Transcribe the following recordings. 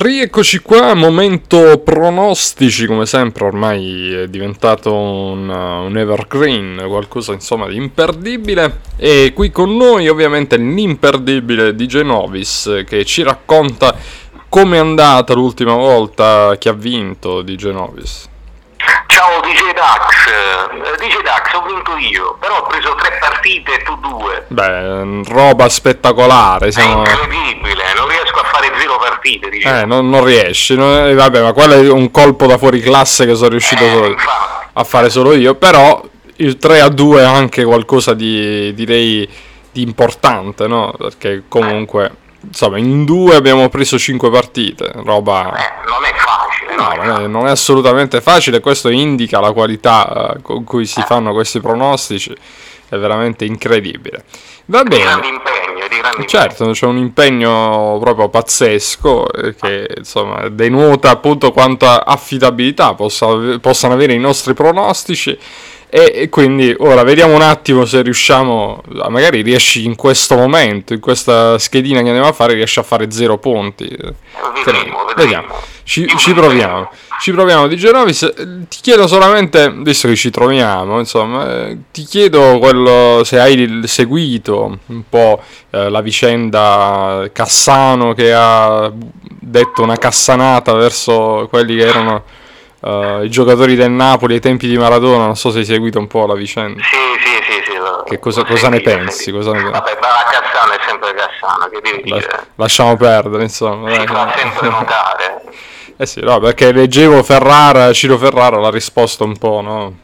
Rieccoci qua, momento pronostici, come sempre ormai è diventato un evergreen, qualcosa insomma di imperdibile, e qui con noi ovviamente l'imperdibile DJ Novis che ci racconta com'è andata l'ultima volta, chi ha vinto DJ Novis. Ciao DJ Dax, ho vinto io, però ho preso 3 partite e tu 2. Beh, roba spettacolare, siamo... È incredibile, non riesco a fare 0 partite, diciamo. Non riesci, vabbè, ma quello è un colpo da fuori classe che sono riuscito a fare solo io, però il 3-2 è anche qualcosa di, direi, di importante, no? Perché comunque, insomma, in 2 abbiamo preso 5 partite, roba... non è facile, no? Non è assolutamente facile, questo indica la qualità con cui si fanno questi pronostici, è veramente incredibile. Va bene. Di grande impegno. Certo, c'è un impegno proprio pazzesco che insomma denota appunto quanta affidabilità possano avere i nostri pronostici, e quindi ora vediamo un attimo se riusciamo, magari riesci in questo momento, in questa schedina che andiamo a fare, riesci a fare 0 punti. Vediamo. Ci proviamo DJ Novis. Ti chiedo solamente, visto che ci troviamo, insomma, ti chiedo se hai seguito un po' la vicenda Cassano, che ha detto una cassanata verso quelli che erano i giocatori del Napoli ai tempi di Maradona. Non so se hai seguito un po' la vicenda. Sì. Che cosa ne pensi? Vabbè, ma Cassano è sempre Cassano, che devi dire? Lasciamo perdere, insomma. Si fa sempre notare. Sì, no, perché leggevo Ciro Ferrara l'ha risposto un po', no?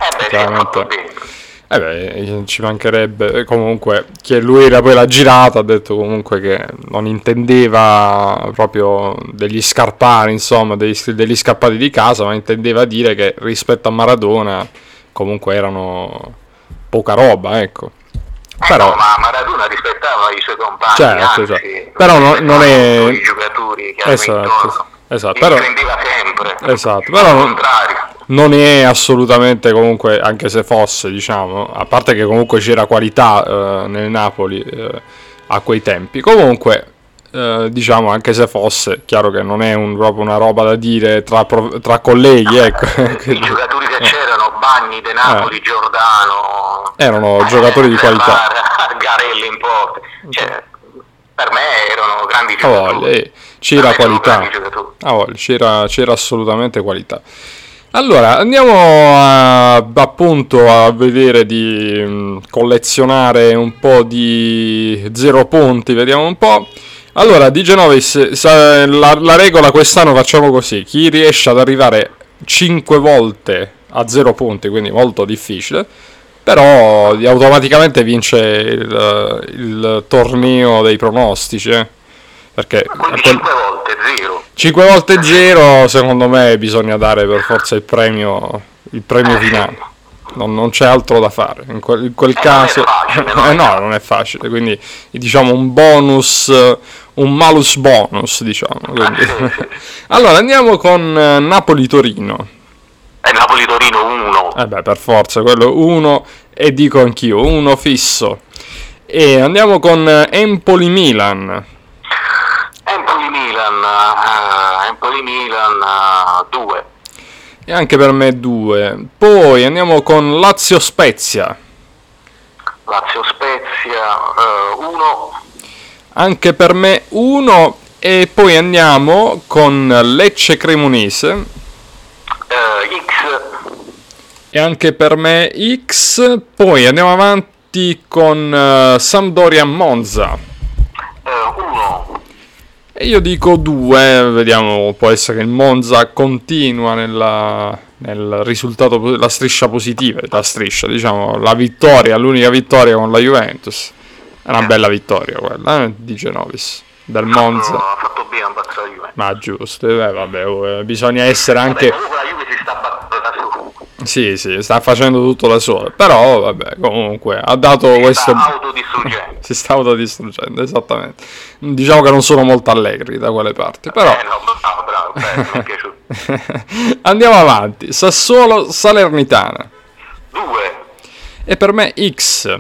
Ci mancherebbe. Comunque, che lui era poi l'ha girata, ha detto comunque che non intendeva proprio degli scarpari, insomma, degli scappati di casa, ma intendeva dire che rispetto a Maradona comunque erano poca roba, ecco. Però, no, ma Maradona rispettava i suoi compagni, certo, anzi, però non è i giocatori che avevano esatto, però prendeva sempre. Esatto, però non è assolutamente, comunque, anche se fosse, diciamo, a parte che comunque c'era qualità nel Napoli a quei tempi. Comunque, diciamo, anche se fosse, chiaro che non è proprio una roba da dire tra colleghi, ecco. I giocatori che c'erano, Bagni, De Napoli, Giordano, erano giocatori di qualità. Garelli in porta, cioè, per me erano grandi giocatori. C'era qualità, c'era assolutamente qualità. Allora, andiamo appunto a vedere di collezionare un po' di 0 punti, vediamo un po'. Allora, DJ Novis, la regola quest'anno facciamo così: chi riesce ad arrivare 5 volte a 0 punti, quindi molto difficile, però automaticamente vince il torneo dei pronostici, perché 5 volte 0. 5 volte 0, secondo me bisogna dare per forza il premio finale. Non c'è altro da fare in quel caso. Non è facile, quindi diciamo un bonus, un malus bonus, diciamo. Allora andiamo con Napoli-Torino. Napoli-Torino 1. Per forza, quello 1, e dico anch'io 1 fisso. E andiamo con Empoli-Milan. Empoli-Milan 2. E anche per me 2. Poi andiamo con Lazio-Spezia. Lazio-Spezia 1. Anche per me 1. E poi andiamo con Lecce-Cremonese. X. E anche per me X. Poi andiamo avanti con Sampdoria-Monza. 1. E io dico 2, vediamo, può essere che il Monza continua nel risultato, la striscia positiva, diciamo, l'unica vittoria con la Juventus. È una bella vittoria quella, dice Novis, del Monza. Ha fatto bene a battere la Juventus. Ma giusto, vabbè, bisogna essere anche... Comunque la Juve si sta battendo da sola. Sì, sta facendo tutto da sola, però vabbè, comunque ha dato questo... Si sta autodistruggendo, esattamente. Diciamo che non sono molto allegri da quelle parti, però... Bravo, mi è piaciuto. Andiamo avanti. Sassuolo-Salernitana. 2. E per me X.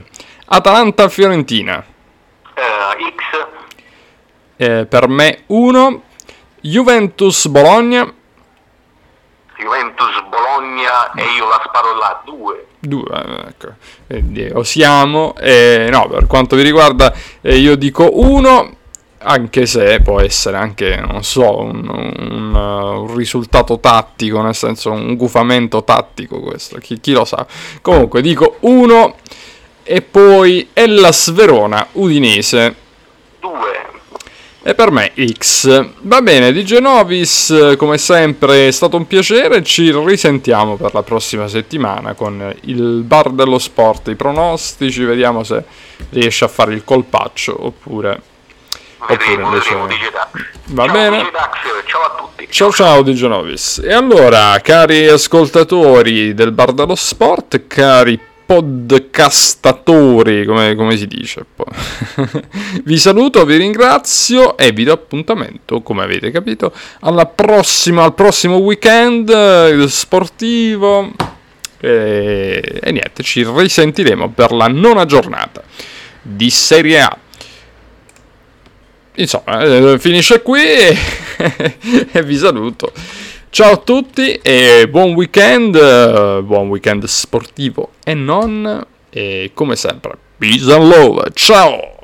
Atalanta-Fiorentina. X. Per me 1. Juventus Bologna. Juventus Bologna e io la sparo là, 2. 2, ecco. Quindi osiamo. No, per quanto mi riguarda, io dico 1. Anche se può essere anche, non so, un risultato tattico, nel senso un gufamento tattico questo, chi lo sa. Comunque dico 1 e poi Hellas Verona Udinese 2. e per me X. Va bene, DJ Novis, come sempre è stato un piacere, ci risentiamo per la prossima settimana con il bar dello sport, i pronostici, vediamo se riesce a fare il colpaccio oppure invece... Va ciao, bene. Ciao a tutti. Ciao DJ Novis. E allora, cari ascoltatori del bar dello sport, cari podcastatori, come si dice, vi saluto, vi ringrazio e vi do appuntamento, come avete capito, al prossimo weekend sportivo e niente, ci risentiremo per la 9ª giornata di Serie A. Insomma, finisce qui e vi saluto. Ciao a tutti e buon weekend sportivo e non, e come sempre, peace and love, ciao!